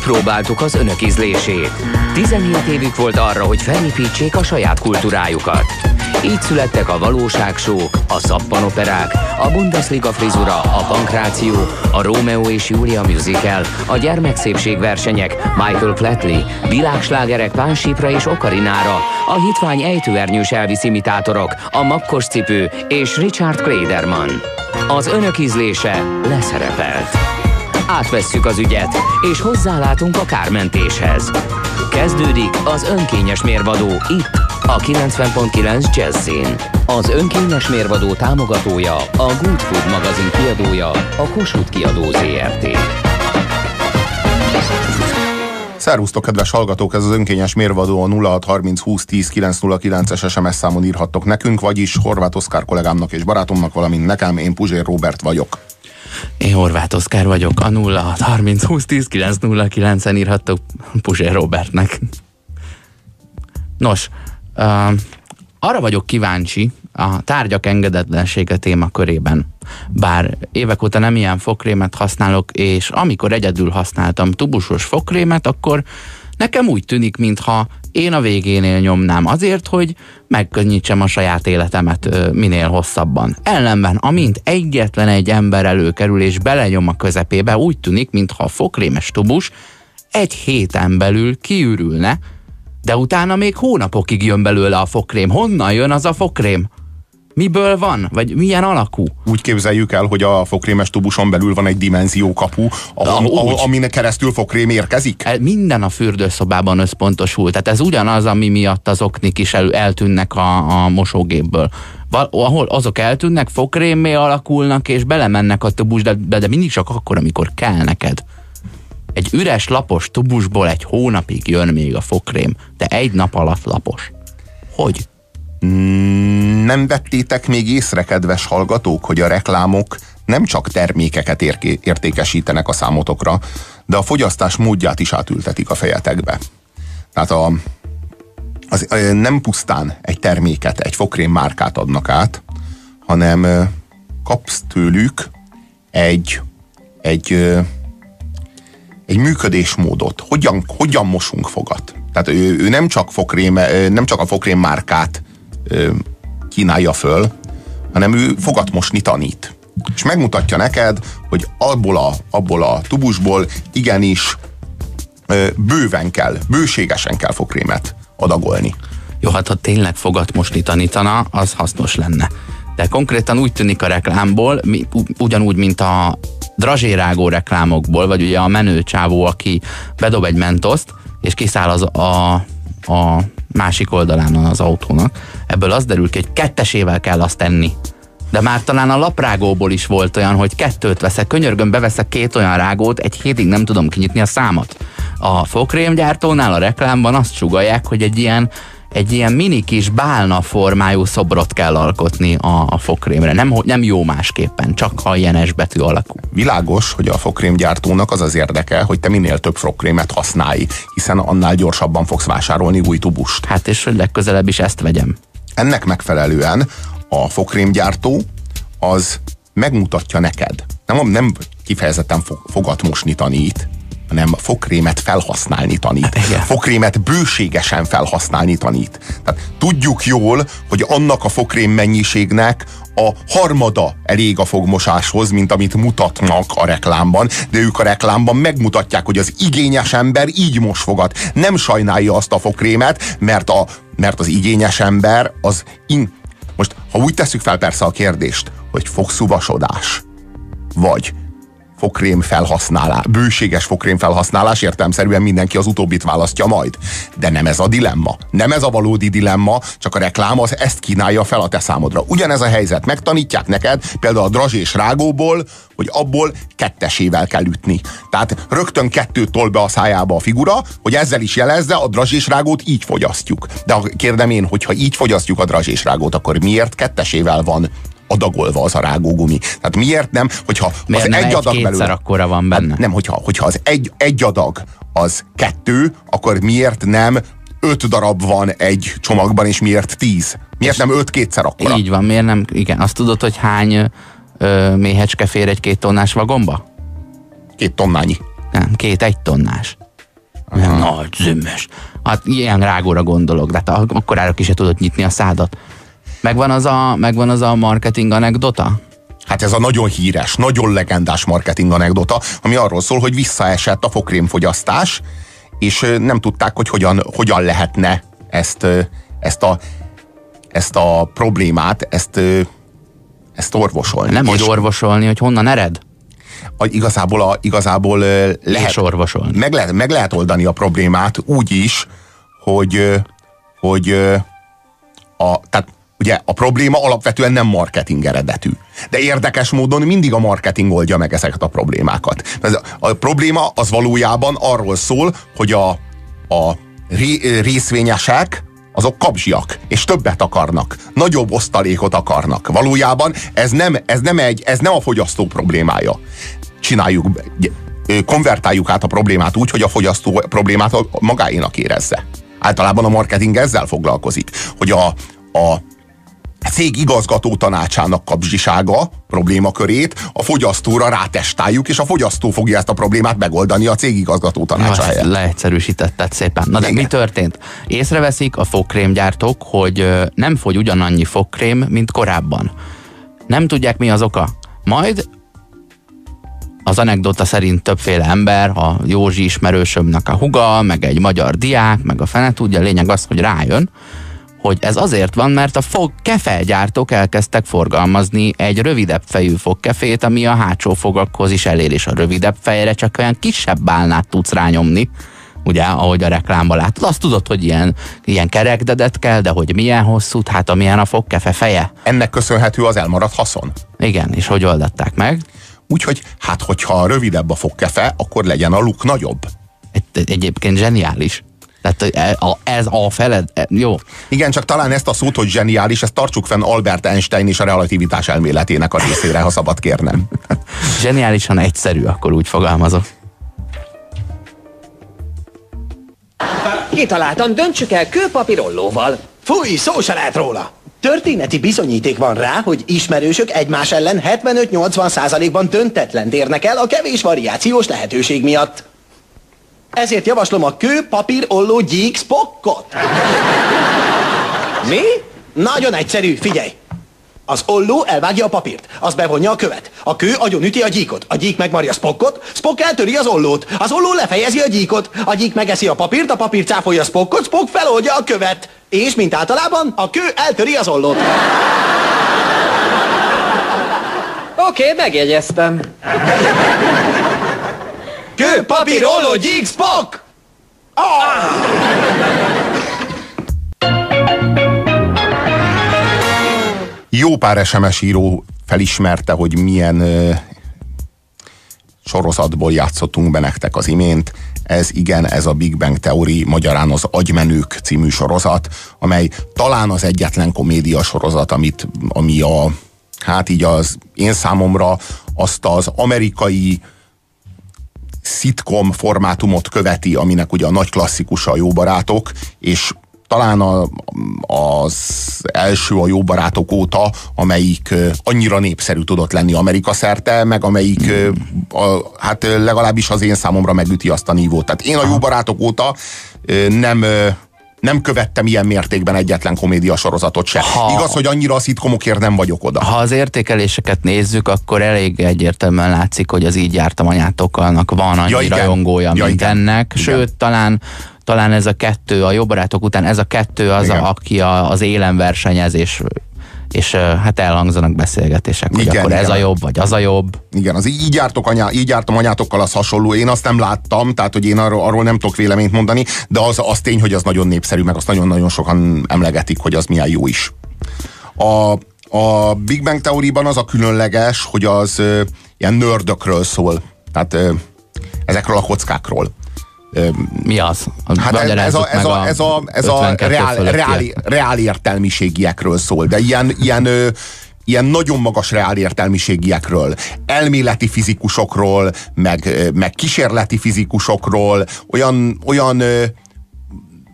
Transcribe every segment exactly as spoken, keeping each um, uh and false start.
Kipróbáltuk az önök ízlését. tizenhét évük volt arra, hogy felépítsék a saját kultúrájukat. Így születtek a valóságsók, a szappanoperák, a Bundesliga frizura, a pankráció, a Rómeó és Júlia musical, a gyermekszépségversenyek, Michael Flatley, világslágerek Pánsípra és Okarinára, a hitvány ejtőernyős Elvis imitátorok, a makkos cipő és Richard Klederman. Az önök ízlése leszerepelt. Átvesszük az ügyet, és hozzálátunk a kármentéshez. Kezdődik az önkényes mérvadó itt, a kilencven pont kilenc Jazzin. Az önkényes mérvadó támogatója, a Good Food magazin kiadója, a Kossuth Kiadó zé er té. Szervusztok, kedves hallgatók, ez az önkényes mérvadó. A nulla hat harminc húsz tíz kilenc nulla kilences es em es számon írhattok nekünk, vagyis Horváth Oszkár kollégámnak és barátomnak, valamint nekem, én Puzsér Róbert vagyok. Én Horváth Oszkár vagyok, a nulla hat harminc húsz tíz kilenc nulla kilencen írhattok Puzsér Róbertnek. Nos, uh, arra vagyok kíváncsi a tárgyak engedetlensége témakörében. Bár évek óta nem ilyen fogkrémet használok, és amikor egyedül használtam tubusos fogkrémet, akkor nekem úgy tűnik, mintha én a végénél nyomnám azért, hogy megkönnyítsem a saját életemet ö, minél hosszabban. Ellenben, amint egyetlen egy ember előkerül és belenyom a közepébe, úgy tűnik, mintha a fogkrémes tubus egy héten belül kiürülne, de utána még hónapokig jön belőle a fogkrém. Honnan jön az a fogkrém? Miből van? Vagy milyen alakú? Úgy képzeljük el, hogy a fogkrémes tubuson belül van egy dimenziókapu, amin keresztül fogkrém érkezik? Minden a fürdőszobában összpontosul. Tehát ez ugyanaz, ami miatt az oknik is el, eltűnnek a, a mosógépből. Val, ahol azok eltűnnek, fogkrémmé alakulnak, és belemennek a tubusba, de, de mindig csak akkor, amikor kell neked. Egy üres lapos tubusból egy hónapig jön még a fogkrém, de egy nap alatt lapos. Hogy? Nem vettétek még észre, kedves hallgatók, hogy a reklámok nem csak termékeket érké- értékesítenek a számotokra, de a fogyasztás módját is átültetik a fejetekbe. Tehát a, az, nem pusztán egy terméket, egy fogkrém márkát adnak át, hanem kapsz tőlük egy, egy, egy működésmódot. Hogyan, hogyan mosunk fogat? Tehát ő, ő nem csak fogkrém, nem csak a fogkrém márkát kínálja föl, hanem ő fogatmosni tanít. És megmutatja neked, hogy abból a, abból a tubusból igenis bőven kell, bőségesen kell fogkrémet adagolni. Jó, hát ha tényleg fogatmosni tanítana, az hasznos lenne. De konkrétan úgy tűnik a reklámból, ugyanúgy, mint a drazsérágó reklámokból, vagy ugye a menő csávó, aki bedob egy mentoszt, és kiszáll az a, a másik oldalán az autónak. Ebből az derül ki, hogy kettesével kell azt tenni. De már talán a laprágóból is volt olyan, hogy kettőt veszek, könyörgöm, beveszek két olyan rágót, egy hétig nem tudom kinyitni a számot. A fogkrémgyártónál a reklámban azt sugallják, hogy egy ilyen, egy ilyen mini kis bálna formájú szobrot kell alkotni a, a fogkrémre. Nem, nem jó másképpen, csak a ilyen S betű alakú. Világos, hogy a fogkrémgyártónak az az érdeke, hogy te minél több fogkrémet használj, hiszen annál gyorsabban fogsz vásárolni új tubust. Hát és hogy legközelebb is ezt vegyem. Ennek megfelelően a fogkrémgyártó az megmutatja neked, nem, nem kifejezetten fog, fogatmosni tanít, hanem fogkrémet felhasználni tanít. Hát, fogkrémet bőségesen felhasználni tanít. Tehát tudjuk jól, hogy annak a fogkrém mennyiségnek a harmada elég a fogmosáshoz, mint amit mutatnak a reklámban, de ők a reklámban megmutatják, hogy az igényes ember így mos fogat. Nem sajnálja azt a fogkrémet, mert, a, mert az igényes ember az... In... Most, ha úgy tesszük fel persze a kérdést, hogy fogszuvasodás, vagy fogkrém felhasználás, bőséges fogkrém felhasználás, értelemszerűen mindenki az utóbbit választja majd. De nem ez a dilemma. Nem ez a valódi dilemma, csak a reklám az ezt kínálja fel a te számodra. Ugyanez a helyzet. Megtanítják neked például a drazsés rágóból, hogy abból kettesével kell ütni. Tehát rögtön kettőt tol be a szájába a figura, hogy ezzel is jelezze, a drazsés rágót így fogyasztjuk. De kérdem én, hogyha így fogyasztjuk a drazsés rágót, akkor miért kettesével van adagolva az a rágógumi? Tehát miért nem, hogyha miért az nem egy, egy adag belőle, akkora van benne? Hát nem, hogyha, hogyha az egy, egy adag az kettő, akkor miért nem öt darab van egy csomagban, és miért tíz? Miért nem öt kétszer akkora? Így van, miért nem? Igen, azt tudod, hogy hány ö, méhecske fér egy két tonnás vagomba? Két tonnányi. Nem, két egy tonnás. Olyan nagy, zömmös. Hát ilyen rágóra gondolok, de hát akkorára ki se tudod nyitni a szádat. Megvan az a, megvan az a marketing anekdota? Hát ez a nagyon híres, nagyon legendás marketing anekdota, ami arról szól, hogy visszaesett a fogkrémfogyasztás, és nem tudták, hogy hogyan, hogyan lehetne ezt, ezt, a, ezt a problémát, ezt, ezt orvosolni. Nem hogy orvosolni, hogy honnan ered? A, igazából, a, igazából lehet, orvosolni. Meg, lehet, meg lehet oldani a problémát úgy is, hogy, hogy a, tehát ugye a probléma alapvetően nem marketing eredetű. De érdekes módon mindig a marketing oldja meg ezeket a problémákat. A probléma az valójában arról szól, hogy a, a ré, részvényesek azok kapzsiak, és többet akarnak. Nagyobb osztalékot akarnak. Valójában ez nem, ez nem, egy, ez nem a fogyasztó problémája. Csináljuk, konvertáljuk át a problémát úgy, hogy a fogyasztó problémát magáénak érezze. Általában a marketing ezzel foglalkozik, hogy a, a cég igazgató tanácsának kapzsisága problémakörét a fogyasztóra rátestáljuk, és a fogyasztó fogja ezt a problémát megoldani a cég igazgató tanácsa no, helyett. Leegyszerűsítetted szépen. Na de igen. Mi történt? Észreveszik a fogkrémgyártók, hogy nem fogy ugyanannyi fogkrém, mint korábban. Nem tudják, mi az oka. Majd az anekdota szerint többféle ember, a Józsi ismerősömnek a húga, meg egy magyar diák, meg a fene tudja, lényeg az, hogy rájön, hogy ez azért van, mert a fogkefegyártók elkezdtek forgalmazni egy rövidebb fejű fogkefét, ami a hátsó fogakhoz is elér, és a rövidebb fejre csak olyan kisebb bálnát tudsz rányomni, ugye, ahogy a reklámban látod. Azt tudod, hogy ilyen, ilyen kerekdedet kell, de hogy milyen hosszú, hát amilyen a fogkefe feje. Ennek köszönhető az elmaradt haszon. Igen, és hogy oldották meg? Úgyhogy, hát hogyha rövidebb a fogkefe, akkor legyen a luk nagyobb. Egy, egyébként zseniális. Tehát ez a feled, jó. Igen, csak talán ezt a szót, hogy zseniális, ezt tartsuk fenn Albert Einstein és a relativitás elméletének a részére, ha szabad kérnem. Zseniálisan egyszerű, akkor úgy fogalmazok. Kitaláltam, döntsük el kőpapírollóval. Fúj, szó se lehet róla! Történeti bizonyíték van rá, hogy ismerősök egymás ellen hetvenöt-nyolcvan százalékban döntetlent érnek el a kevés variációs lehetőség miatt. Ezért javaslom a kő, papír, olló, gyík, spokkot. Mi? Nagyon egyszerű, figyelj! Az olló elvágja a papírt, az bevonja a követ. A kő agyonüti a gyíkot, a gyík megmarja Spockot, Spock eltöri az ollót, az olló lefejezi a gyíkot, a gyík megeszi a papírt, a papír cáfolja Spockot, Spock feloldja a követ. És, mint általában, a kő eltöri az ollót. Oké, okay, megjegyeztem. Kő, papír, olló, gyík, Spock! Ah! Jó pár es em es író felismerte, hogy milyen ö, sorozatból játszottunk be nektek az imént. Ez igen, ez a Big Bang Theory, magyarán az Agymenők című sorozat, amely talán az egyetlen komédia sorozat, amit, ami a, hát így az én számomra azt az amerikai szitkom formátumot követi, aminek ugye a nagy klasszikusa a Jó barátok, és talán a, az első a Jó barátok óta, amelyik annyira népszerű tudott lenni Amerika szerte, meg amelyik a, hát legalábbis az én számomra megüti azt a nívót. Tehát én a Jó barátok óta nem, nem követtem ilyen mértékben egyetlen komédia sorozatot se. Ha, Igaz, hogy annyira a szitkomokért nem vagyok oda. Ha az értékeléseket nézzük, akkor elég egyértelműen látszik, hogy az Így jártam anyátokalnak van annyi ja, rajongója, ja, mint igen. ennek. Sőt, igen. talán Talán ez a kettő, a Jó barátok után ez a kettő az, a, aki a, az élen versenyez, és, és hát elhangzanak beszélgetések, hogy igen, akkor igen. ez a jobb, vagy az a jobb. Igen, az így jártok anyá, így jártam anyátokkal, az hasonló. Én azt nem láttam, tehát hogy én arról, arról nem tudok véleményt mondani, de az, az tény, hogy az nagyon népszerű, meg azt nagyon-nagyon sokan emlegetik, hogy az milyen jó is. A, a Big Bang Theory-ban az a különleges, hogy az ö, ilyen nördökről szól. Tehát ö, ezekről a kockákról. Mi az? Hát ez, ez a, ez a, ez a, ez a reál, reál, reál értelmiségiekről szól, de ilyen, ilyen, ö, ilyen nagyon magas reál értelmiségiekről, elméleti fizikusokról, meg, meg kísérleti fizikusokról, olyan, olyan ö,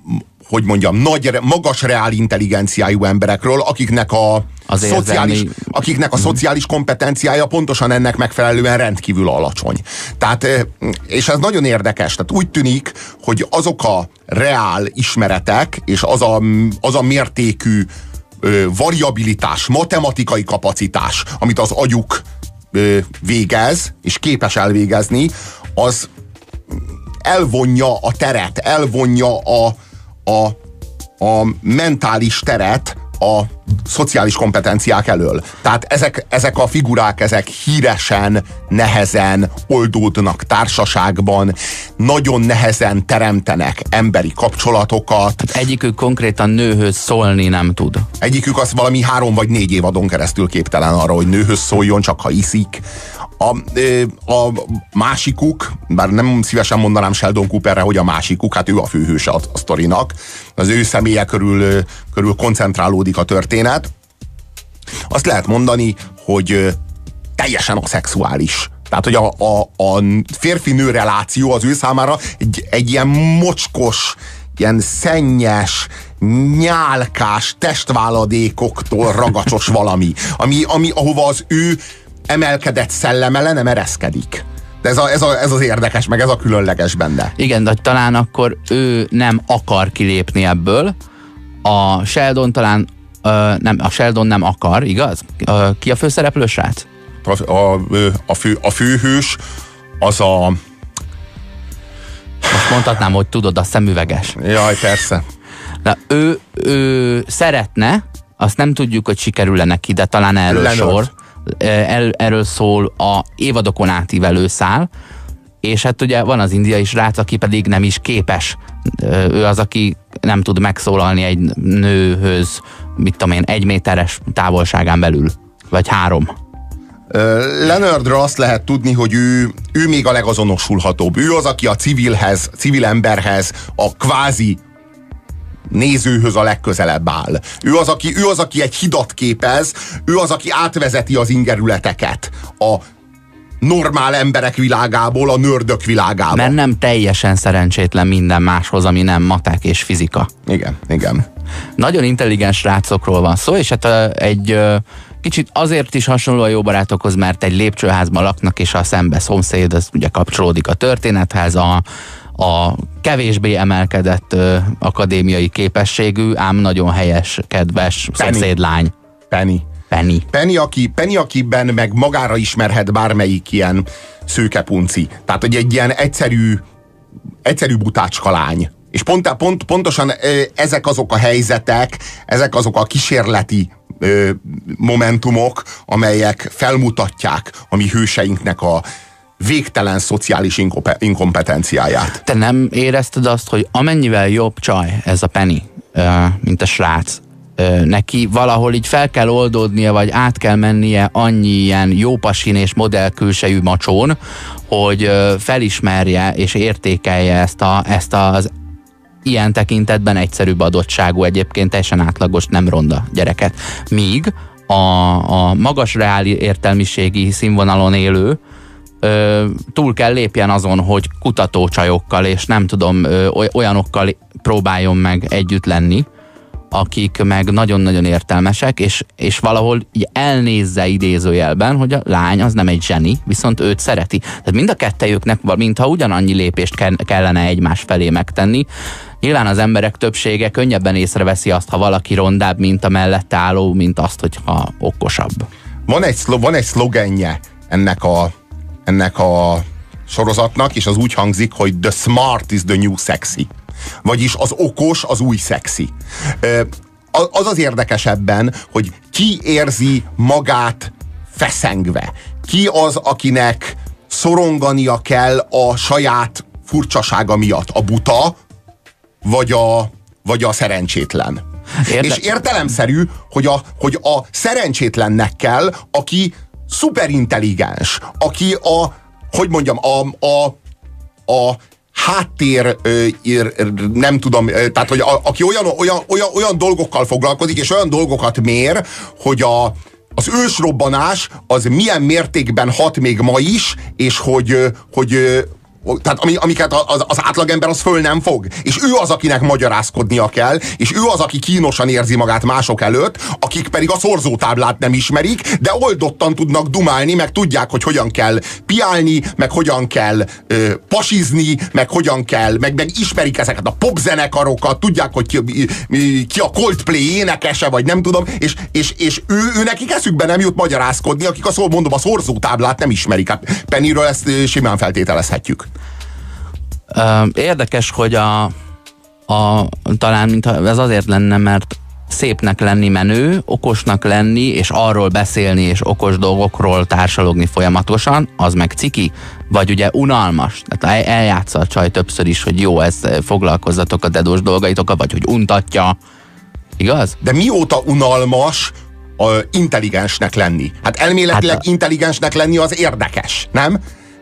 hogy mondjam, nagy, magas reál intelligenciájú emberekről, akiknek a Az szociális, érzelmi... akiknek a szociális kompetenciája pontosan ennek megfelelően rendkívül alacsony. Tehát, és ez nagyon érdekes, tehát úgy tűnik, hogy azok a reál ismeretek, és az a, az a mértékű ö, variabilitás, matematikai kapacitás, amit az agyuk ö, végez, és képes elvégezni, az elvonja a teret, elvonja a, a, a mentális teret a szociális kompetenciák elől. Tehát ezek, ezek a figurák, ezek híresen, nehezen oldódnak társaságban, nagyon nehezen teremtenek emberi kapcsolatokat. Tehát egyikük konkrétan nőhöz szólni nem tud. Egyikük az valami három vagy négy évadon keresztül képtelen arra, hogy nőhöz szóljon, csak ha iszik. A, a másikuk, bár nem szívesen mondanám Sheldon Cooperre, hogy a másikuk, hát ő a főhőse a, a sztorinak, az ő személye körül, körül koncentrálódik a történet. Azt lehet mondani, hogy teljesen aszexuális. Tehát, hogy a, a, a férfi-nő reláció az ő számára egy, egy ilyen mocskos, ilyen szennyes, nyálkás, testváladékoktól ragacsos valami, ami, ami, ahova az ő emelkedett szelleme nem ereszkedik. De ez, a, ez, a, ez az érdekes, meg ez a különleges benne. Igen, de talán akkor ő nem akar kilépni ebből. A Sheldon talán ö, nem, a Sheldon nem akar, igaz? Ö, ki a főszereplő srác? A, a, a, fő, a főhős az a... Most mondhatnám, hogy tudod, a szemüveges. Jaj, persze. Na, ő, ő szeretne, azt nem tudjuk, hogy sikerül-e neki, de talán erről Leonard. sor. El, erről szól a évadokon átívelő szál, és hát ugye van az indiai srác, aki pedig nem is képes. Ő az, aki nem tud megszólalni egy nőhöz, mit tudom én, egy méteres távolságán belül, vagy három. Leonardra azt lehet tudni, hogy ő, ő még a legazonosulhatóbb. Ő az, aki a civilhez, civil emberhez, a kvázi nézőhöz a legközelebb áll. Ő az, aki, ő az, aki egy hidat képez, ő az, aki átvezeti az ingerületeket a normál emberek világából a nördök világába. Mert nem teljesen szerencsétlen minden máshoz, ami nem matek és fizika. Igen, igen. Nagyon intelligens srácokról van szó, és hát egy kicsit azért is hasonló a Jó barátokhoz, mert egy lépcsőházban laknak, és a szembe szomszéd, az ugye kapcsolódik a történethez, a a kevésbé emelkedett ö, akadémiai képességű, ám nagyon helyes, kedves Penny. szomszédlány. Penny. Penny. Penny, aki, Penny, akiben meg magára ismerhet bármelyik ilyen szőkepunci. Tehát, hogy egy ilyen egyszerű, egyszerű butácska lány. És pont, pont, pontosan ö, ezek azok a helyzetek, ezek azok a kísérleti ö, momentumok, amelyek felmutatják a mi hőseinknek a végtelen szociális inkompetenciáját. Te nem érezted azt, hogy amennyivel jobb csaj ez a Penny, mint a srác, neki valahol így fel kell oldódnia, vagy át kell mennie annyi ilyen jópasin és modellkülsejű macsón, hogy felismerje és értékelje ezt, a, ezt az ilyen tekintetben egyszerűbb adottságú, egyébként teljesen átlagos, nem ronda gyereket. Míg a, a magas reáli értelmiségi színvonalon élő Ö, túl kell lépjen azon, hogy kutatócsajokkal és nem tudom, ö, olyanokkal próbáljon meg együtt lenni, akik meg nagyon-nagyon értelmesek, és, és valahol így elnézze idézőjelben, hogy a lány az nem egy zseni, viszont őt szereti. Tehát mind a kettejüknek, mintha ugyanannyi lépést ke- kellene egymás felé megtenni. Nyilván az emberek többsége könnyebben észreveszi azt, ha valaki rondább, mint a mellette álló, mint azt, hogyha okosabb. Van egy, van egy szlogenje ennek a ennek a sorozatnak, és az úgy hangzik, hogy the smart is the new sexy. Vagyis az okos az új szexi. Az az érdekesebben, hogy ki érzi magát feszengve. Ki az, akinek szorongania kell a saját furcsasága miatt. A buta, vagy a, vagy a szerencsétlen. Érde- és értelemszerű, hogy a, hogy a szerencsétlennek kell, aki szuperintelligens, aki a, hogy mondjam, a, a, a háttér, nem tudom, tehát, hogy a, aki olyan, olyan, olyan, olyan dolgokkal foglalkozik, és olyan dolgokat mér, hogy a, az ősrobbanás az milyen mértékben hat még ma is, és hogy, hogy tehát ami, amiket az, az átlagember az föl nem fog. És ő az, akinek magyarázkodnia kell, és ő az, aki kínosan érzi magát mások előtt, akik pedig a szorzótáblát nem ismerik, de oldottan tudnak dumálni, meg tudják, hogy hogyan kell piálni, meg hogyan kell ö, pasizni, meg hogyan kell, meg, meg ismerik ezeket a popzenekarokat, tudják, hogy ki, ki a Coldplay énekese, vagy nem tudom, és, és, és ő, ő nekik eszükbe nem jut magyarázkodni, akik a, mondom, a szorzótáblát nem ismerik. Hát Pennyről ezt simán feltételezhetjük. Érdekes, hogy a, a talán mintha ez azért lenne, mert szépnek lenni menő, okosnak lenni, és arról beszélni, és okos dolgokról társalogni folyamatosan, az meg ciki, vagy ugye unalmas. Tehát eljátsza a csaj többször is, hogy jó, ez foglalkozzatok a dedós dolgaitokkal, vagy hogy untatja. Igaz? De mióta unalmas a intelligensnek lenni? Hát elméletileg hát a... intelligensnek lenni az érdekes, nem?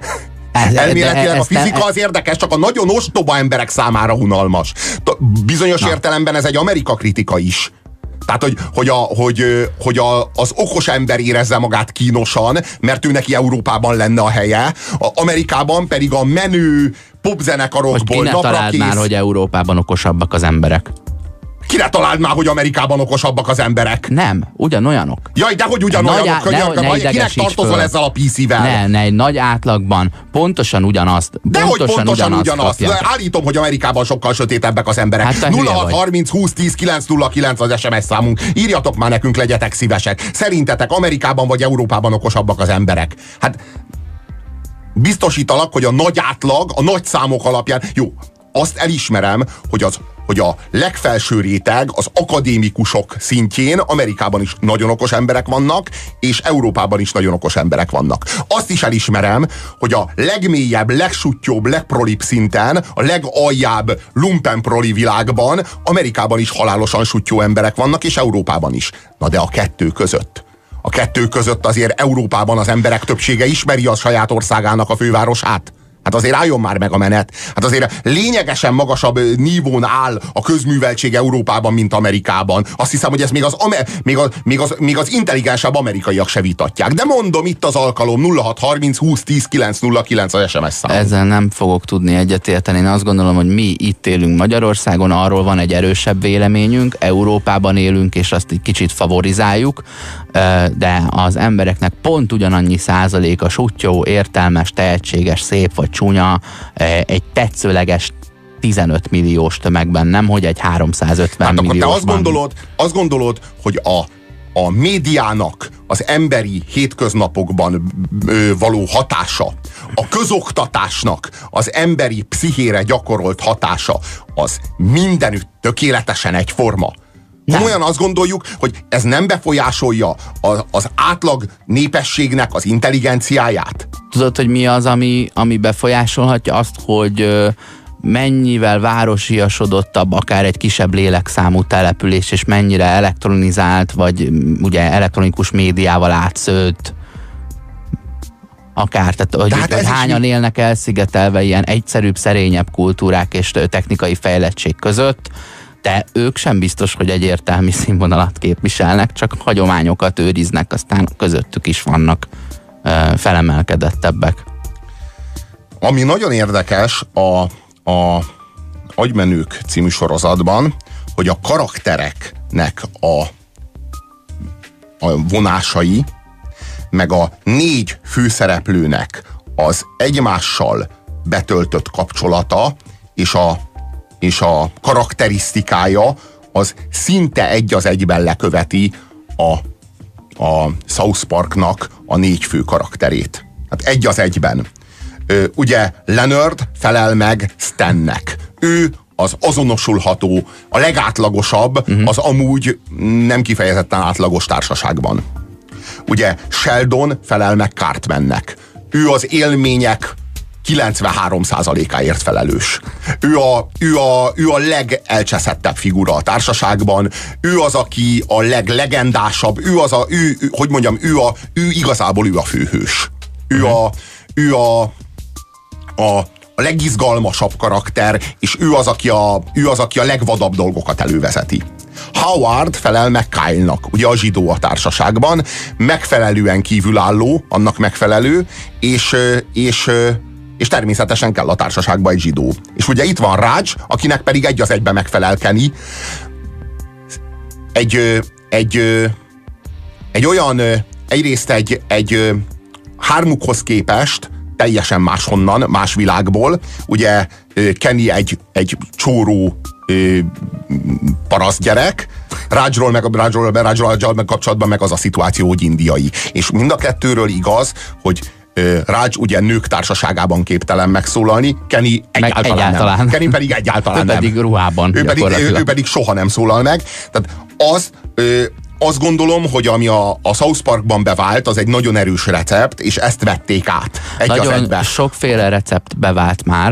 Ez, elméletileg a fizika az érdekes, csak a nagyon ostoba emberek számára unalmas. Bizonyos Na. értelemben ez egy Amerika kritika is. Tehát, hogy, hogy, a, hogy, hogy a, az okos ember érezze magát kínosan, mert ő neki Európában lenne a helye, a Amerikában pedig a menő popzenekarokból napra kész... találd már, hogy Európában okosabbak az emberek. Kire találd már, hogy Amerikában okosabbak az emberek? Nem, ugyanolyanok. Jaj, de hogy ugyanolyanok, könyörgöm, kinek tartozol ezzel a pé cé-vel? Ne, ne, egy nagy átlagban pontosan ugyanazt. De pontosan hogy pontosan ugyanazt, ugyanazt. Állítom, hogy Amerikában sokkal sötétebbek az emberek. Hát nulla hat harminc húsz tíz kilenc nulla kilenc az es em es számunk. Írjatok már nekünk, legyetek szívesek. Szerintetek Amerikában vagy Európában okosabbak az emberek? Hát biztosítalak, hogy a nagy átlag, a nagy számok alapján, jó, azt elismerem, hogy az hogy a legfelső réteg, az akadémikusok szintjén Amerikában is nagyon okos emberek vannak, és Európában is nagyon okos emberek vannak. Azt is elismerem, hogy a legmélyebb, legsuttyóbb, legprolibb szinten, a legaljább lumpenproli világban Amerikában is halálosan suttyó emberek vannak, és Európában is. Na de a kettő között. A kettő között azért Európában az emberek többsége ismeri a saját országának a fővárosát. Hát azért álljon már meg a menet. Hát azért lényegesen magasabb nívón áll a közműveltség Európában, mint Amerikában. Azt hiszem, hogy ezt még az, még az, még az, még az intelligensebb amerikaiak se vitatják. De mondom, itt az alkalom nulla hat harminc húsz tíz kilenc nulla kilenc az es em es szám. Ezzel nem fogok tudni egyetérteni. Én azt gondolom, hogy mi itt élünk Magyarországon, arról van egy erősebb véleményünk, Európában élünk, és azt egy kicsit favorizáljuk, de az embereknek pont ugyanannyi százaléka suttyó, értelmes, tehetséges, szép vagy csúnya, egy tetszőleges tizenöt milliós tömegben, nem hogy egy háromszázötven hát milliós. Te azt gondolod, azt gondolod, hogy a, a médiának az emberi hétköznapokban ö, való hatása, a közoktatásnak az emberi pszichére gyakorolt hatása, az mindenütt tökéletesen egyforma. Komolyan azt gondoljuk, hogy ez nem befolyásolja az, az átlag népességnek az intelligenciáját? Tudod, hogy mi az, ami, ami befolyásolhatja azt, hogy ö, mennyivel városiasodottabb akár egy kisebb lélekszámú település, és mennyire elektronizált, vagy ugye elektronikus médiával átszőtt, akár, tehát hogy, hát hogy hányan is... élnek elszigetelve ilyen egyszerűbb, szerényebb kultúrák és technikai fejlettség között, de ők sem biztos, hogy egyértelmű színvonalat képviselnek, csak hagyományokat őriznek, aztán közöttük is vannak ö, felemelkedettebbek. Ami nagyon érdekes a, a Agymenők című sorozatban, hogy a karaktereknek a, a vonásai, meg a négy főszereplőnek az egymással betöltött kapcsolata, és a és a karakterisztikája az szinte egy az egyben leköveti a, a South Parknak a négy fő karakterét. Hát egy az egyben. Ö, ugye Leonard felel meg Stannek. Ő az azonosulható, a legátlagosabb, uh-huh. az amúgy nem kifejezetten átlagos társaságban. Ugye Sheldon felel meg Cartmannek. Ő az élmények kilencvenhárom százalékáért felelős. Ő a, ő, a, ő a legelcseszettebb figura a társaságban, ő az, aki a leglegendásabb, ő az a, ő, ő, hogy mondjam, ő, a, ő igazából ő a főhős. Ő a, ő a, a, a legizgalmasabb karakter, és ő az, aki a, ő az, aki a legvadabb dolgokat elővezeti. Howard felel meg Kyle-nak, ugye a zsidó a társaságban, megfelelően kívülálló, annak megfelelő, és, és és természetesen kell a társaságba egy zsidó. És ugye itt van Raj, akinek pedig egy az egybe megfelel Kenny. Egy, egy, egy olyan, egyrészt egy, egy hármukhoz képest teljesen máshonnan, más világból. Ugye Kenny egy, egy csóró parasztgyerek, Rajról meg, Rajról, Rajról meg kapcsolatban meg az a szituáció, hogy indiai. És mind a kettőről igaz, hogy Raj ugye nők társaságában képtelen megszólalni, Kenny egyáltalán, egyáltalán nem. Kenny pedig egyáltalán nem. Ő pedig ruhában. Ő pedig, ő, ő pedig soha nem szólal meg. Tehát az... Ö, azt gondolom, hogy ami a, a South Parkban bevált, az egy nagyon erős recept, és ezt vették át. Egy nagyon sokféle recept bevált már.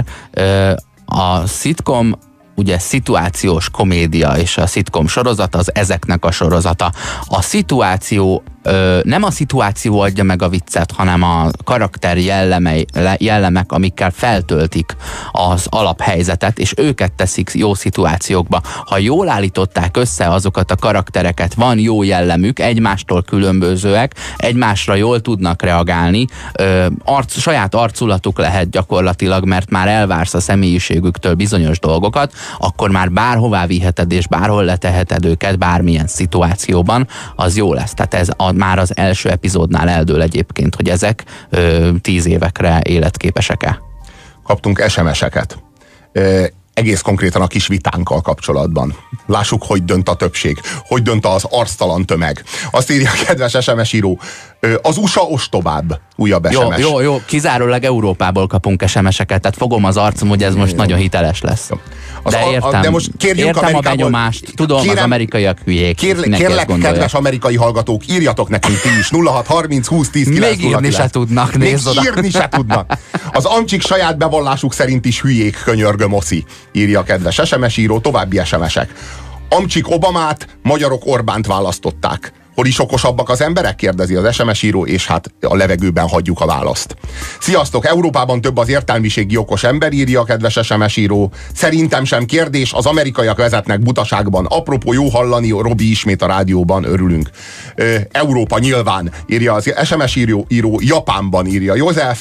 A szitkom ugye szituációs komédia, és a szitkom sorozat az ezeknek a sorozata. A szituáció, ö, nem a szituáció adja meg a viccet, hanem a karakter jellemei, jellemek, amikkel feltöltik az alaphelyzetet, és őket teszik jó szituációkba. Ha jól állították össze azokat a karaktereket, van jó jellemük, egymástól különbözőek, egymásra jól tudnak reagálni, ö, arc, saját arculatuk lehet gyakorlatilag, mert már elvársz a személyiségüktől bizonyos dolgokat, akkor már bárhová viheted, és bárhol leteheted őket, bármilyen szituációban, az jó lesz. Tehát ez a, már az első epizódnál eldől egyébként, hogy ezek ö, tíz évekre életképesek-e. Kaptunk es em es-eket. Ö, egész konkrétan a kis vitánkkal kapcsolatban. Lássuk, hogy dönt a többség. Hogy dönt az arctalan tömeg. Azt írja a kedves es em es író. Az u es á ostobább. Újabb es em es. Jó, jó, jó. Kizárólag Európából kapunk es em es-eket, tehát fogom az arcom, hogy ez most jó. Nagyon hiteles lesz. Jó. Az de értem, a, de most értem a benyomást, tudom, kérem, az amerikaiak hülyék. Kér, kérlek, kedves amerikai hallgatók, írjatok nekünk ti is. nulla hat harminc húsz tíz kilenc nulla kilenc. Még írni se tudnak, nézd oda. Még írni se tudnak. Az amcsik saját bevallásuk szerint is hülyék, könyörgöm oszi, írja a kedves es em es író, további es em es-ek. Amcsik Obamát, magyarok Orbánt választották. Hol is okosabbak az emberek? Kérdezi az es em es író, és hát a levegőben hagyjuk a választ. Sziasztok! Európában több az értelmiségi okos ember, írja a kedves es em es író. Szerintem sem kérdés, az amerikaiak vezetnek butaságban. Apropó, jó hallani, Robi ismét a rádióban, örülünk. Ö, Európa nyilván, írja az es em es író, író Japánban, írja József.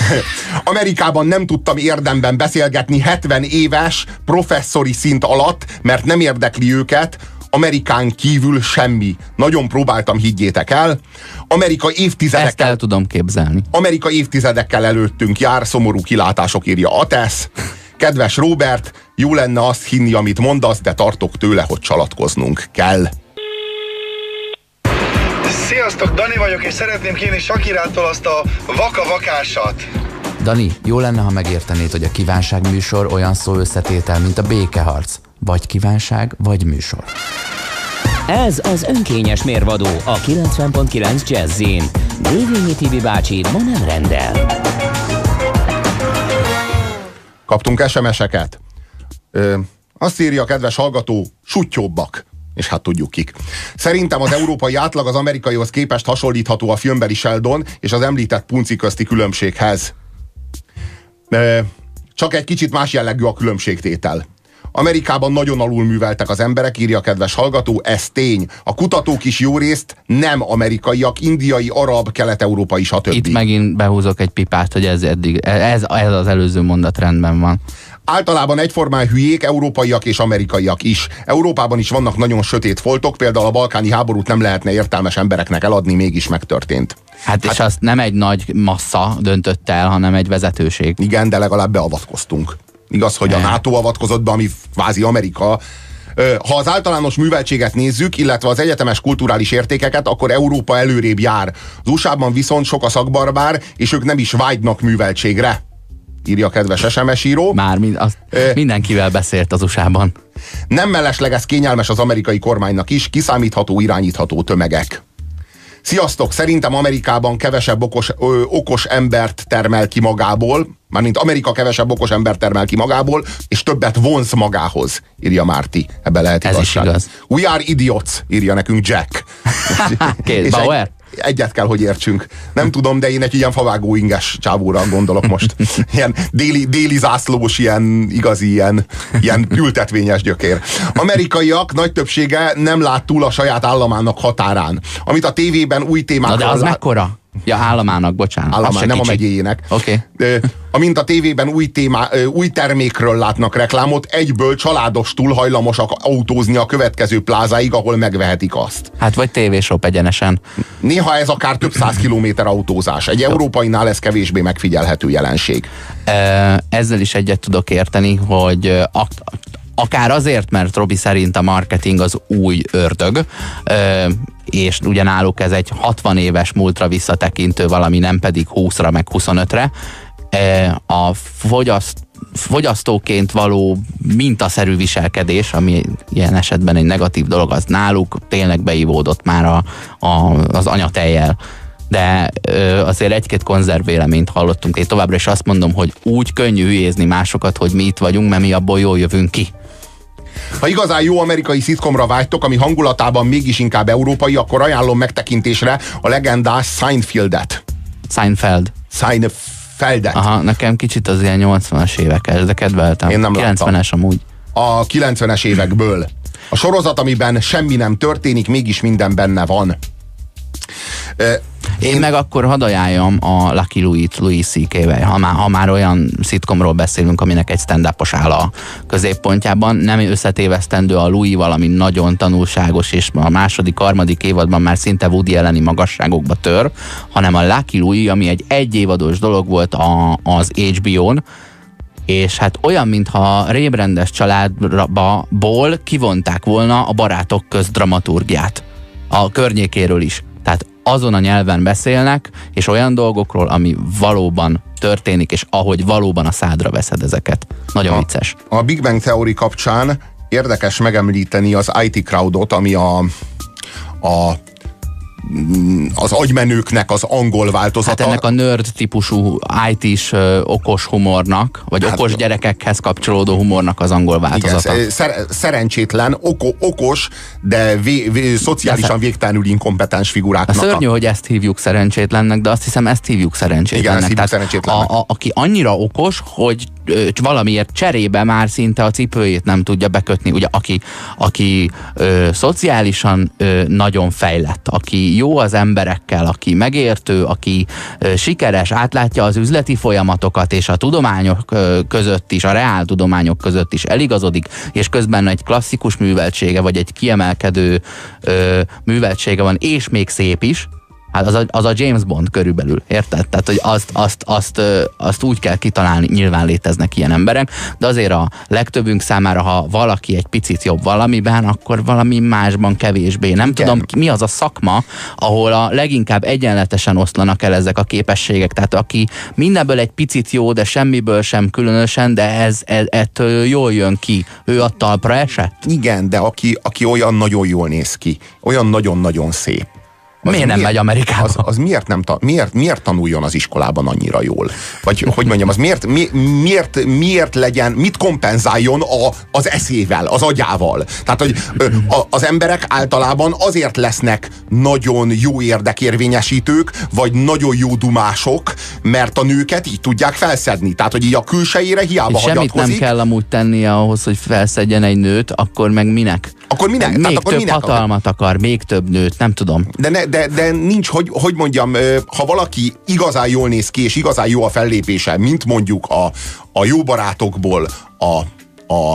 Amerikában nem tudtam érdemben beszélgetni hetven éves professzori szint alatt, mert nem érdekli őket, Amerikán kívül semmi. Nagyon próbáltam, higgyétek el. Amerika évtizedekkel... Ezt el tudom képzelni. Amerika évtizedekkel előttünk jár, szomorú kilátások, írja Atesz. Kedves Robert, jó lenne azt hinni, amit mondasz, de tartok tőle, hogy csalatkoznunk kell. Sziasztok, Dani vagyok, és szeretném kérni Sakirától azt a vaka-vakásat. Dani, jó lenne, ha megértenéd, hogy a kívánság műsor olyan szó összetétel, mint a békeharc. Vagy kívánság, vagy műsor. Ez az önkényes mérvadó a kilencven pont kilenc Jazzin. Dévényi Tibi bácsi ma nem rendel. Kaptunk es em es-eket. Ö, azt írja a kedves hallgató, suttyóbbak. És hát tudjuk kik. Szerintem az európai átlag az amerikaihoz képest hasonlítható a filmbeli Sheldon és az említett punci közti különbséghez. Ö, csak egy kicsit más jellegű a különbségtétel. Amerikában nagyon alulműveltek az emberek, írja a kedves hallgató, ez tény. A kutatók is jó részt nem amerikaiak, indiai, arab, kelet-európai, stb. Itt megint behúzok egy pipát, hogy ez eddig, ez, ez az előző mondat rendben van. Általában egyformán hülyék, európaiak és amerikaiak is. Európában is vannak nagyon sötét foltok, például a balkáni háborút nem lehetne értelmes embereknek eladni, mégis megtörtént. Hát, hát és azt nem egy nagy massza döntött el, hanem egy vezetőség. Igen, de legalább beavatkoztunk. Igaz, hogy a NATO avatkozott be, ami kvázi Amerika. Ha az általános műveltséget nézzük, illetve az egyetemes kulturális értékeket, akkor Európa előrébb jár. Az u es á-ban viszont sok a szakbarbár, és ők nem is vágynak műveltségre, írja a kedves es em es író. Már mind, az, mindenkivel beszélt az u es á-ban. Nem mellesleg ez kényelmes az amerikai kormánynak is, kiszámítható, irányítható tömegek. Sziasztok! Szerintem Amerikában kevesebb okos, ö, okos embert termel ki magából, mármint Amerika kevesebb okos embert termel ki magából, és többet vonz magához, írja Márti. Ebben lehet ez igazság. Is igaz. We are idiots, írja nekünk Jack. Kész, Bauer? Egy, egyet kell, hogy értsünk. Nem tudom, de én egy ilyen favágó inges csávóra gondolok most. Ilyen déli, déli zászlós, ilyen igazi, ilyen, ilyen ültetvényes gyökér. Amerikaiak nagy többsége nem lát túl a saját államának határán. Amit a tévében új témákról... Na de az lát... mekkora? Ja, államának, bocsánat. Államán, nem kicsi. A megyéjének. Oké. Okay. Amint a tévében új, témá, új termékről látnak reklámot, egyből családostul hajlamosak autózni a következő plázáig, ahol megvehetik azt. Hát vagy tévésop egyenesen. Néha ez akár több száz kilométer autózás. Egy európainál ez kevésbé megfigyelhető jelenség. Ezzel is egyet tudok érteni, hogy akár azért, mert Robi szerint a marketing az új ördög, és ugyanáluk ez egy hatvan éves múltra visszatekintő valami, nem pedig húszra meg huszonötre. A fogyaszt, fogyasztóként való mintaszerű viselkedés, ami ilyen esetben egy negatív dolog, az náluk tényleg beivódott már a, a, az anyatejjel. De ö, azért egy-két konzervvéleményt hallottunk. Én továbbra is azt mondom, hogy úgy könnyű hülyézni másokat, hogy mi itt vagyunk, mert mi abból jól jövünk ki. Ha igazán jó amerikai szitkomra vágytok, ami hangulatában mégis inkább európai, akkor ajánlom megtekintésre a legendás Seinfeldet. Seinfeld. Seinfeldet. Aha, nekem kicsit az ilyen nyolcvanas évekes, de kedveltem. Én nem kilencvenes amúgy. A kilencvenes évekből. A sorozat, amiben semmi nem történik, mégis minden benne van. Én, Én meg akkor hadd ajánljam a Lucky Louie-t Louis C K-vel, ha már, ha már olyan szitkomról beszélünk, aminek egy stand-upos áll a középpontjában. Nem összetévesztendő a Louis valami nagyon tanulságos, és a második, harmadik évadban már szinte Woody Alleni magasságokba tör, hanem a Lucky Louie, ami egy egyévados dolog volt a, az há bé ó-n, és hát olyan, mintha Rébrendes családból kivonták volna a Barátok közt dramaturgiát. A környékéről is. Tehát azon a nyelven beszélnek, és olyan dolgokról, ami valóban történik, és ahogy valóban a szádra veszed ezeket. Nagyon a, vicces. A Big Bang Theory kapcsán érdekes megemlíteni az i té Crowdot, ami a, a az agymenőknek az angol változata. Hát ennek a nerd típusú í té-s ö, okos humornak, vagy hát, okos gyerekekhez kapcsolódó humornak az angol változata. Igen, szer- szerencsétlen, oko- okos, de vé- vé- szociálisan végtelenül inkompetens figuráknak. A szörnyű, hogy ezt hívjuk szerencsétlennek, de azt hiszem, ezt hívjuk szerencsétlennek. Igen, ezt hívjuk szerencsétlennek. A, a, aki annyira okos, hogy ö, valamiért cserébe már szinte a cipőjét nem tudja bekötni. Ugye, aki, aki ö, szociálisan ö, nagyon fejlett, aki jó az emberekkel, aki megértő, aki ö, sikeres, átlátja az üzleti folyamatokat, és a tudományok ö, között is, a reál tudományok között is eligazodik, és közben egy klasszikus műveltsége, vagy egy kiemelkedő ö, műveltsége van, és még szép is, hát az a, az a James Bond körülbelül, érted? Tehát, hogy azt, azt, azt, azt úgy kell kitalálni, nyilván léteznek ilyen emberek, de azért a legtöbbünk számára, ha valaki egy picit jobb valamiben, akkor valami másban kevésbé. Nem Igen. tudom, mi az a szakma, ahol a leginkább egyenletesen oszlanak el ezek a képességek. Tehát aki mindenből egy picit jó, de semmiből sem különösen, de ez, ez ettől jól jön ki. Ő a talpra esett? Igen, de aki, aki olyan nagyon jól néz ki, olyan nagyon-nagyon szép. Az miért nem miért, megy Amerikába? Az, az miért, nem ta, miért, miért tanuljon az iskolában annyira jól? Vagy hogy mondjam, az miért, mi, miért, miért legyen, mit kompenzáljon a, az eszével, az agyával? Tehát, hogy a, az emberek általában azért lesznek nagyon jó érdekérvényesítők, vagy nagyon jó dumások, mert a nőket így tudják felszedni. Tehát, hogy így a külsejére hiába és hagyatkozik. Semmit nem kell amúgy tennie ahhoz, hogy felszedjen egy nőt, akkor meg minek? Akkor minek? Még Tehát több akkor minek hatalmat akar, még több nőt, nem tudom. De, ne, de, de nincs, hogy, hogy mondjam, ha valaki igazán jól néz ki, és igazán jó a fellépése, mint mondjuk a, a Jó barátokból a, a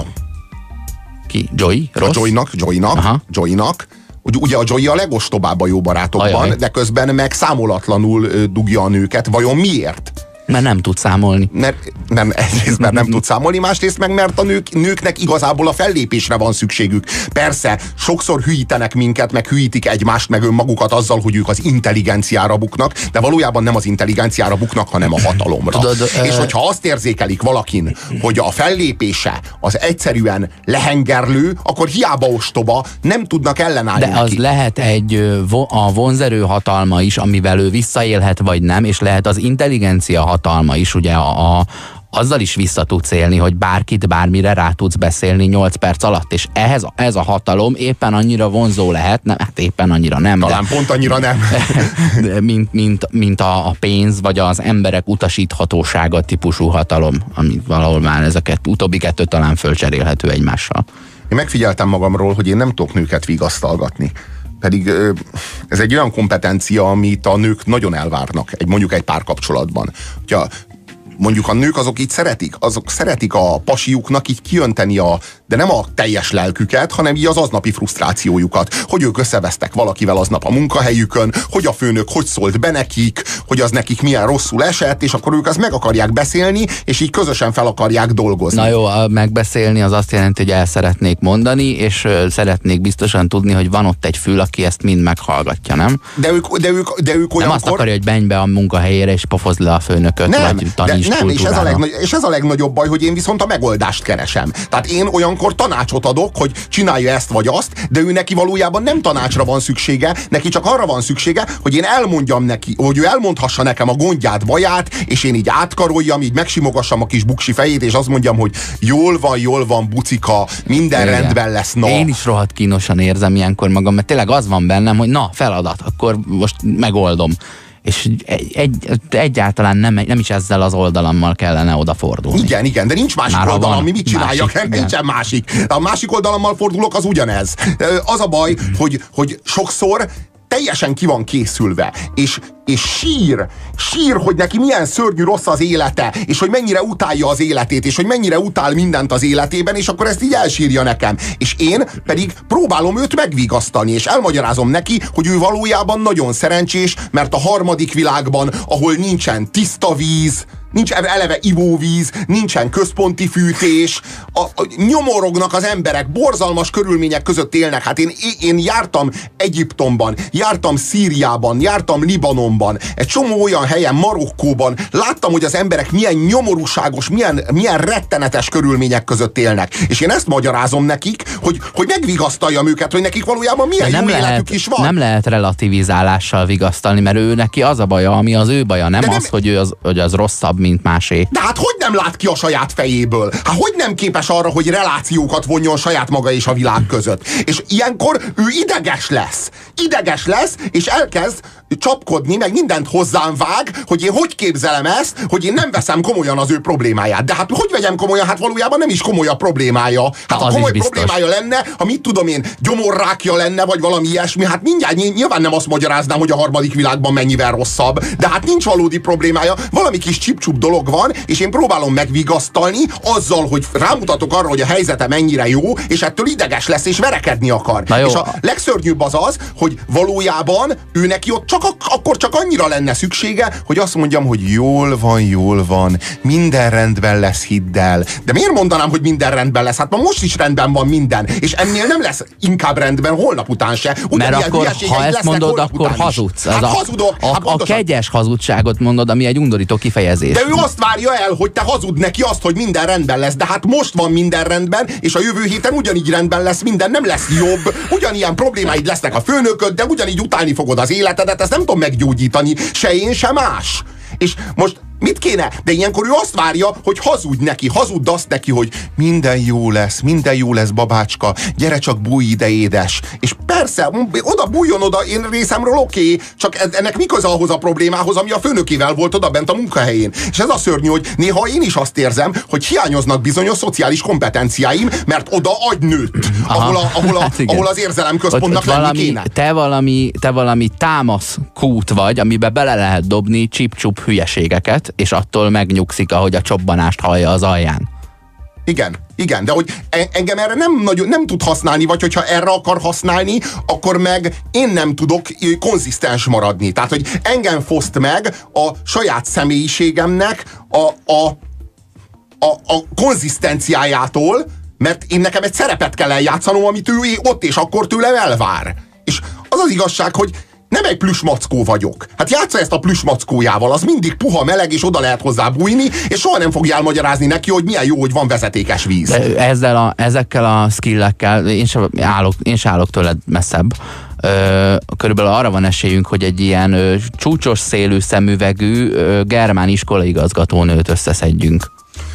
ki? Joey? A Joynak, Joynak, Joynak. Ugye a Joey a legostobább a Jó barátokban, Ajaj. de közben meg számolatlanul dugja a nőket. Vajon miért? Mert nem tud számolni. Mert, nem, egyrészt mert nem tud számolni, másrészt meg mert a nők, nőknek igazából a fellépésre van szükségük. Persze, sokszor hülyítenek minket, meg hülyítik egymást, meg önmagukat azzal, hogy ők az intelligenciára buknak, de valójában nem az intelligenciára buknak, hanem a hatalomra. Tudod, és hogyha azt érzékelik valakin, hogy a fellépése az egyszerűen lehengerlő, akkor hiába ostoba, nem tudnak ellenállni De az neki. lehet egy a vonzerő hatalma is, amivel ő visszaélhet, vagy nem, és lehet az intelligencia hatalma is, ugye a, a, azzal is vissza tudsz élni, hogy bárkit bármire rá tudsz beszélni nyolc perc alatt, és ehhez ez a hatalom éppen annyira vonzó lehet, nem, hát éppen annyira nem. Talán de, pont annyira nem. mint, mint, mint a, a pénz, vagy az emberek utasíthatósága típusú hatalom, amit valahol már ezeket utóbbi kettő talán fölcserélhető egymással. Én megfigyeltem magamról, hogy én nem tudok nőket vigasztalgatni. pedig ez egy olyan kompetencia, amit a nők nagyon elvárnak, egy, mondjuk egy párkapcsolatban. Hogyha mondjuk a nők azok így szeretik, azok szeretik a pasiuknak így kiönteni a, de nem a teljes lelküket, hanem így az aznapi frusztrációjukat, hogy ők összevesztek valakivel aznap a munkahelyükön, hogy a főnök hogy szólt be nekik, hogy az nekik milyen rosszul esett, és akkor ők azt meg akarják beszélni, és így közösen fel akarják dolgozni. Na jó, a megbeszélni az azt jelenti, hogy el szeretnék mondani, és szeretnék biztosan tudni, hogy van ott egy fül, aki ezt mind meghallgatja, nem? De ők, de ők, de ők olyankor... Nem azt akarja, hogy menj be a munkahelyére, és pofozd le a főnököt, nem, vagy taníts nem, és ez, a legnagy, és ez a legnagyobb baj, hogy én viszont a megoldást keresem. Tehát én olyankor tanácsot adok, hogy csinálja ezt vagy azt, de ő neki valójában nem tanácsra van szüksége, neki csak arra van szüksége, hogy én elmondjam neki, hogy ő elmondhassa nekem a gondját, baját, és én így átkaroljam, így megsimogassam a kis buksi fejét, és azt mondjam, hogy jól van, jól van, bucika, minden igen, rendben lesz, na. Én is rohadt kínosan érzem ilyenkor magam, mert tényleg az van bennem, hogy na, feladat, akkor most megoldom. És egy, egy, egyáltalán nem, nem is ezzel az oldalammal kellene odafordulni. Igen, igen, de nincs másik Már oldalam, mi mit csináljak, másik, nincsen másik. A másik oldalammal fordulok, az ugyanez. Az a baj, hogy, hogy sokszor teljesen ki van készülve, és, és sír, sír, hogy neki milyen szörnyű rossz az élete, és hogy mennyire utálja az életét, és hogy mennyire utál mindent az életében, és akkor ezt így elsírja nekem. És én pedig próbálom őt megvigasztani, és elmagyarázom neki, hogy ő valójában nagyon szerencsés, mert a harmadik világban, ahol nincsen tiszta víz, nincs eleve ivóvíz, nincsen központi fűtés, a, a, nyomorognak az emberek, borzalmas körülmények között élnek. Hát én, én jártam Egyiptomban, jártam Szíriában, jártam Libanonban, egy csomó olyan helyen, Marokkóban, láttam, hogy az emberek milyen nyomorúságos, milyen, milyen rettenetes körülmények között élnek. És én ezt magyarázom nekik, hogy, hogy megvigasztaljam őket, hogy nekik valójában milyen jó lehet, életük is van. Nem lehet relativizálással vigasztalni, mert ő neki az a baja, ami az ő baja, nem, nem az, hogy, ő az, hogy az rosszabb, mint másé. De hát hogy nem lát ki a saját fejéből? Hát hogy nem képes arra, hogy relációkat vonjon saját maga és a világ között? És ilyenkor ő ideges lesz. Ideges lesz, és elkezd csapkodni, meg mindent hozzám vág, hogy én hogy képzelem ezt, hogy én nem veszem komolyan az ő problémáját. De hát hogy vegyem komolyan? Hát valójában nem is komoly a problémája. Hát ha komoly problémája lenne, ha mit tudom én, gyomorrákja lenne, vagy valami ilyesmi, hát mindjárt nyilván nem azt magyaráznám, hogy a harmadik világban mennyivel rosszabb, de hát nincs valódi problémája, valami kis csip-csup dolog van, és én próbálom megvigasztalni azzal, hogy rámutatok arra, hogy a helyzete mennyire jó, és ettől ideges lesz, és verekedni akar. És a legszörnyűbb az az, hogy valójában ő neki ott csak ak- akkor csak annyira lenne szüksége, hogy azt mondjam, hogy jól van, jól van, minden rendben lesz, hidd el. De miért mondanám, hogy minden rendben lesz? Hát ma most is rendben van minden, és ennél nem lesz inkább rendben holnap után se. Ugyan mert akkor, ha ezt mondod, akkor hazudsz. Hát a, hazudok. A, hát a kegyes hazugságot mondod, ami egy undorító kifejezés. De ő azt várja el, hogy te hazud neki azt, hogy minden rendben lesz, de hát most van minden rendben, és a jövő héten ugyanígy rendben lesz minden, nem lesz jobb, ugyanilyen problémáid lesznek a főnököd, de ugyanígy utálni fogod az életedet, ezt nem tudom meggyógyítani, se én, se más. És most mit kéne? De ilyenkor ő azt várja, hogy hazudj neki, hazudd azt neki, hogy minden jó lesz, minden jó lesz, babácska, gyere csak bújj ide, édes. És persze, oda bújjon oda, én részemről oké, okay, csak ennek mi köze ahhoz a problémához, ami a főnökével volt oda bent a munkahelyén. És ez a szörnyű, hogy néha én is azt érzem, hogy hiányoznak bizonyos szociális kompetenciáim, mert oda agynőtt, ahol, a, ahol, a, hát ahol az érzelemközpontnak lenni valami, kéne. Te valami, te valami támasz kút vagy, amiben bele lehet dobni csip-csup hülyeségeket, és attól megnyugszik, ahogy a csobbanást hallja az alján. Igen, igen, de hogy engem erre nem, nagyon, nem tud használni, vagy hogyha erre akar használni, akkor meg én nem tudok konzisztens maradni. Tehát, hogy engem foszt meg a saját személyiségemnek a, a, a, a konzisztenciájától, mert én nekem egy szerepet kell eljátszanom, amit ő ott és akkor tőlem elvár. És az az igazság, hogy nem egy plüsmackó vagyok. Hát játsza ezt a plüsmackójával, az mindig puha, meleg, és oda lehet hozzá bújni, és soha nem fogja elmagyarázni neki, hogy milyen jó, hogy van vezetékes víz. De ezzel a, ezekkel a skillekkel én sem állok, én sem állok tőled messzebb. Ö, körülbelül arra van esélyünk, hogy egy ilyen ö, csúcsos szélű szemüvegű ö, germán iskolaigazgatónőt összeszedjünk,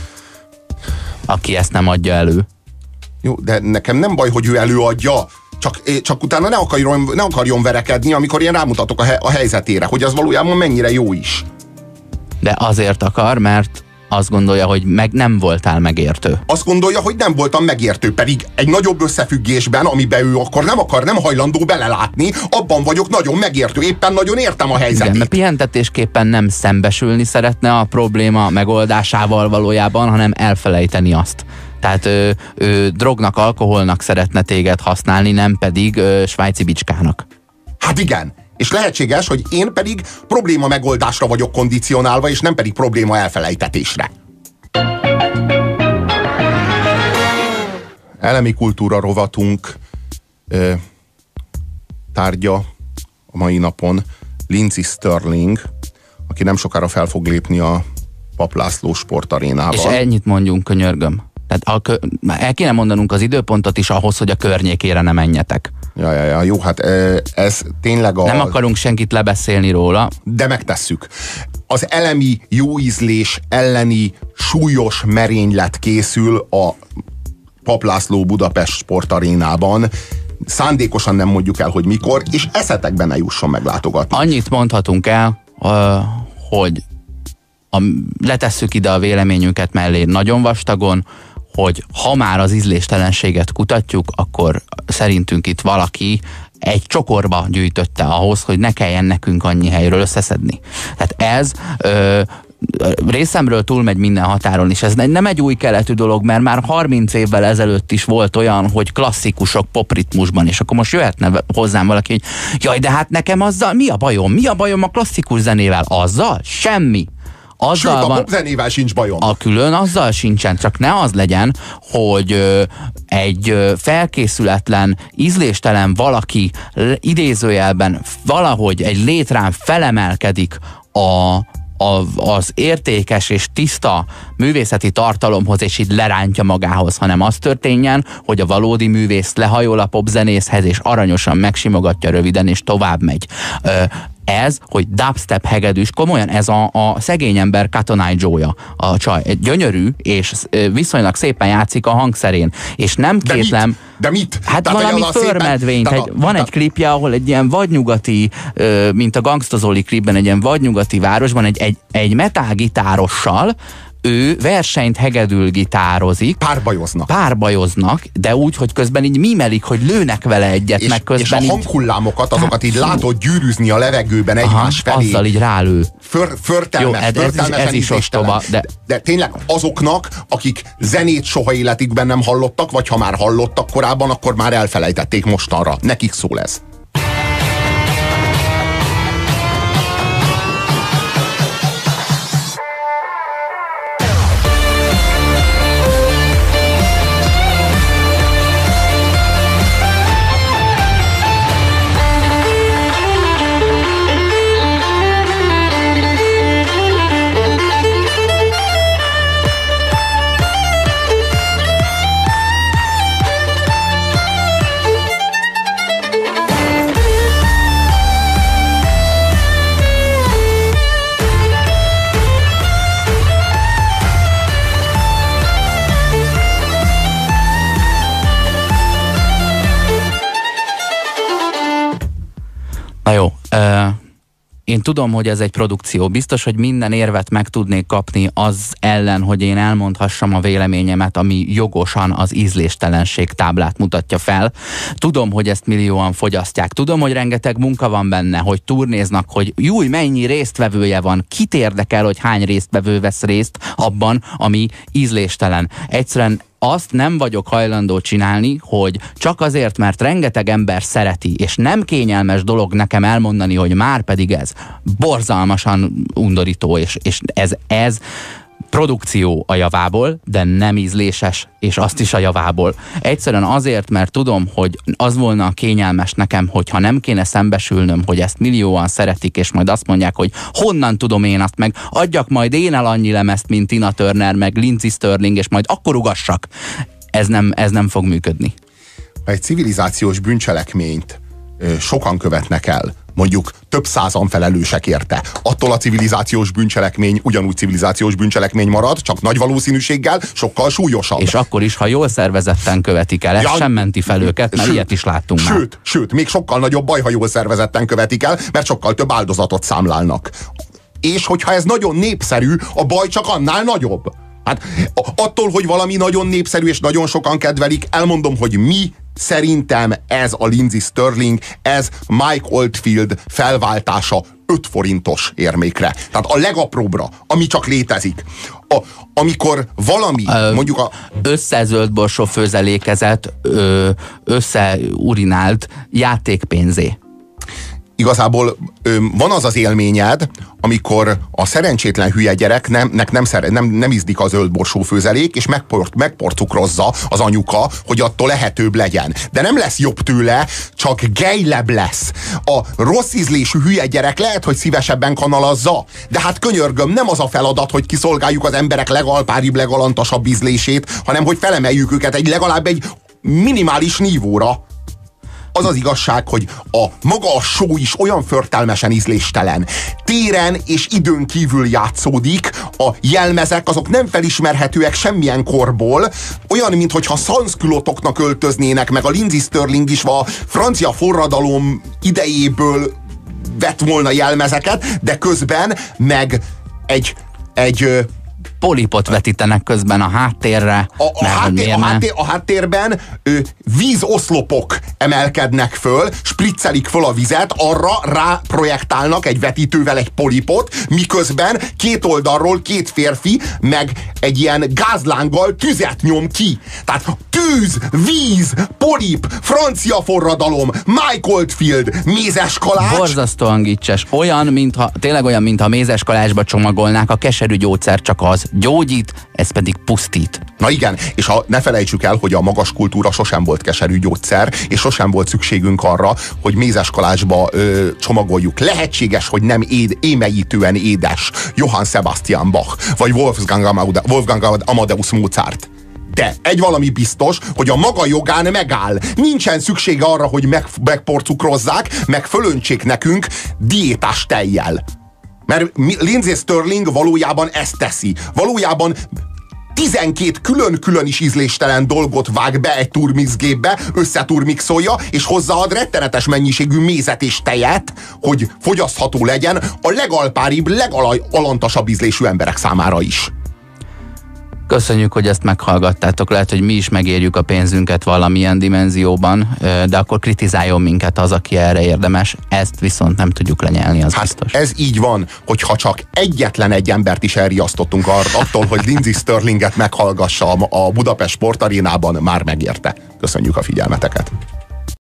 aki ezt nem adja elő. Jó, de nekem nem baj, hogy ő előadja. Csak, csak utána ne akarjon, ne akarjon verekedni, amikor én rámutatok a, he, a helyzetére, hogy az valójában mennyire jó is. De azért akar, mert azt gondolja, hogy meg nem voltál megértő. Azt gondolja, hogy nem voltam megértő, pedig egy nagyobb összefüggésben, amiben ő akkor nem akar, nem hajlandó belelátni, abban vagyok nagyon megértő, éppen nagyon értem a helyzetét. Igen, mert pihentetésképpen nem szembesülni szeretne a probléma megoldásával valójában, hanem elfelejteni azt. Tehát ő, ő drognak, alkoholnak szeretne téged használni, nem pedig ő, svájci bicskának. Hát igen, és lehetséges, hogy én pedig probléma megoldásra vagyok kondicionálva, és nem pedig probléma elfelejtetésre. Elemi kultúra rovatunk ö, tárgya a mai napon Lindsey Stirling, aki nem sokára fel fog lépni a Papp László sportarénával. És ennyit mondjunk, könyörgöm. Tehát a kö... el kéne mondanunk az időpontot is ahhoz, hogy a környékére ne menjetek. Ja, ja, ja, jó, hát ez tényleg a... Nem akarunk senkit lebeszélni róla. De megtesszük. Az elemi jóízlés elleni súlyos merénylet készül a Papp László Budapest sportarénában. Szándékosan nem mondjuk el, hogy mikor, és eszetekben ne jusson meglátogatni. Annyit mondhatunk el, hogy a, letesszük ide a véleményünket mellé nagyon vastagon, hogy ha már az ízléstelenséget kutatjuk, akkor szerintünk itt valaki egy csokorba gyűjtötte ahhoz, hogy ne kelljen nekünk annyi helyről összeszedni. Tehát ez ö, részemről túlmegy minden határon, és ez nem egy új keletű dolog, mert már harminc évvel ezelőtt is volt olyan, hogy klasszikusok popritmusban, és akkor most jöhetne hozzám valaki, hogy jaj, de hát nekem azzal mi a bajom? Mi a bajom a klasszikus zenével? Azzal? Semmi. Azzal Sőt, a van, popzenével sincs bajom. A külön azzal sincsen, csak ne az legyen, hogy ö, egy ö, felkészületlen, ízléstelen valaki idézőjelben valahogy egy létrán felemelkedik a A, az értékes és tiszta művészeti tartalomhoz, és így lerántja magához, hanem az történjen, hogy a valódi művész lehajol a popzenészhez, és aranyosan megsimogatja röviden, és tovább megy. Ö, ez, hogy dubstep hegedűs, komolyan ez a, a szegény ember Cotton Eye Joe-ja, a csaj. Gyönyörű, és viszonylag szépen játszik a hangszerén, és nem De kétlem... mit? De mit? Hát tehát, valami förmedvényt. Egy, a, van egy klipje, ahol egy ilyen vadnyugati, mint a Gangsta Zoli klipben, egy ilyen vadnyugati városban egy, egy, egy metálgitárossal ő versenyt hegedül gitározik. Párbajoznak. Párbajoznak, de úgy, hogy közben így mimelik, hogy lőnek vele egyet, és, meg közben és a így... hanghullámokat, azokat így látod gyűrűzni a levegőben egymás Aha, felé. azzal így rálő. För, förtelmes, Jó, ez, ez, is, ez is ostoba, de... de tényleg azoknak, akik zenét soha életükben nem hallottak, vagy ha már hallottak korábban, akkor már elfelejtették mostanra. Nekik szól ez. Na jó, uh, én tudom, hogy ez egy produkció. Biztos, hogy minden érvet meg tudnék kapni az ellen, hogy én elmondhassam a véleményemet, ami jogosan az ízléstelenség táblát mutatja fel. Tudom, hogy ezt millióan fogyasztják. Tudom, hogy rengeteg munka van benne, hogy turnéznak, hogy júj, mennyi résztvevője van. Kit érdekel, hogy hány résztvevő vesz részt abban, ami ízléstelen. Egyszerűen azt nem vagyok hajlandó csinálni, hogy csak azért, mert rengeteg ember szereti, és nem kényelmes dolog nekem elmondani, hogy már pedig ez borzalmasan undorító, és, és ez, ez produkció a javából, de nem ízléses, és azt is a javából. Egyszerűen azért, mert tudom, hogy az volna a kényelmes nekem, hogyha nem kéne szembesülnöm, hogy ezt millióan szeretik, és majd azt mondják, hogy honnan tudom én azt, meg adjak majd én el annyi lemezt, mint Tina Turner, meg Lindsey Stirling, és majd akkor ugassak. Ez nem, ez nem fog működni. Ha egy civilizációs bűncselekményt ö, sokan követnek el, mondjuk több százan felelősek érte, attól a civilizációs bűncselekmény ugyanúgy civilizációs bűncselekmény marad, csak nagy valószínűséggel sokkal súlyosabb. És akkor is, ha jól szervezetten követik el, ez ja, sem menti fel őket, mert sőt, ilyet is láttunk sőt, már. Sőt, még sokkal nagyobb baj, ha jól szervezetten követik el, mert sokkal több áldozatot számlálnak. és hogyha ez nagyon népszerű, a baj csak annál nagyobb. Hát attól, hogy valami nagyon népszerű és nagyon sokan kedvelik, elmondom, hogy mi szerintem ez a Lindsey Stirling, ez Mike Oldfield felváltása öt forintos érmékre. Tehát a legapróbbra, ami csak létezik. A, amikor valami, Ö, mondjuk a... Összezöldborsó főzelékezett, ö, összeurinált játékpénzé. Igazából ö, van az az élményed, amikor a szerencsétlen hülye gyereknek nem, nem, nem, nem ízdik a zöldborsó főzelék, és megport, megporcukrozza az anyuka, hogy attól lehetőbb legyen. De nem lesz jobb tőle, csak gejlebb lesz. A rossz ízlésű hülye gyerek lehet, hogy szívesebben kanalazza, de hát könyörgöm, nem az a feladat, hogy kiszolgáljuk az emberek legalpáribb, legalantasabb ízlését, hanem hogy felemeljük őket egy legalább egy minimális nívóra. Az az igazság, hogy a maga a show is olyan förtelmesen ízléstelen. Téren és időn kívül játszódik, a jelmezek azok nem felismerhetőek semmilyen korból, olyan, mintha szanszkülotoknak öltöznének, meg a Lindsey Stirling is a francia forradalom idejéből vett volna jelmezeket, de közben meg egy, egy polipot vetítenek közben a háttérre. A, a, háttér, a, háttér, a háttérben ö, vízoszlopok emelkednek föl, spriccelik föl a vizet, arra rá projektálnak egy vetítővel egy polipot, miközben két oldalról két férfi meg egy ilyen gázlánggal tüzet nyom ki. Tehát tűz, víz, polip, francia forradalom, Mike Oldfield, mézes kalács. Borzasztóan gicses. Olyan, mintha, tényleg olyan, mintha mézes kalácsba csomagolnák, a keserű gyógyszer csak az gyógyít, ez pedig pusztít. Na igen, és a, ne felejtsük el, hogy a magas kultúra sosem volt keserű gyógyszer, és sosem volt szükségünk arra, hogy mézes kalácsba ö, csomagoljuk. Lehetséges, hogy nem éd, émeítően édes Johann Sebastian Bach, vagy Wolfgang, Amade, Wolfgang Amadeus Mozart. De egy valami biztos, hogy a maga jogán megáll. Nincsen szüksége arra, hogy meg, megporcukrozzák, meg fölöntsék nekünk diétás tejjel. Mert Lindsey Stirling valójában ezt teszi. Valójában tizenkét külön-külön is ízléstelen dolgot vág be egy turmixgépbe, összeturmixolja, és hozzáad rettenetes mennyiségű mézet és tejet, hogy fogyasztható legyen a legalpáribb, legalantasabb ízlésű emberek számára is. Köszönjük, hogy ezt meghallgattátok. Lehet, hogy mi is megérjük a pénzünket valamilyen dimenzióban, de akkor kritizáljon minket az, aki erre érdemes. Ezt viszont nem tudjuk lenyelni, az hát biztos. Ez így van, hogyha csak egyetlen egy embert is elriasztottunk attól, hogy Lindsey Stirlinget meghallgassa a Budapest Sportarénában, már megérte. Köszönjük a figyelmeteket.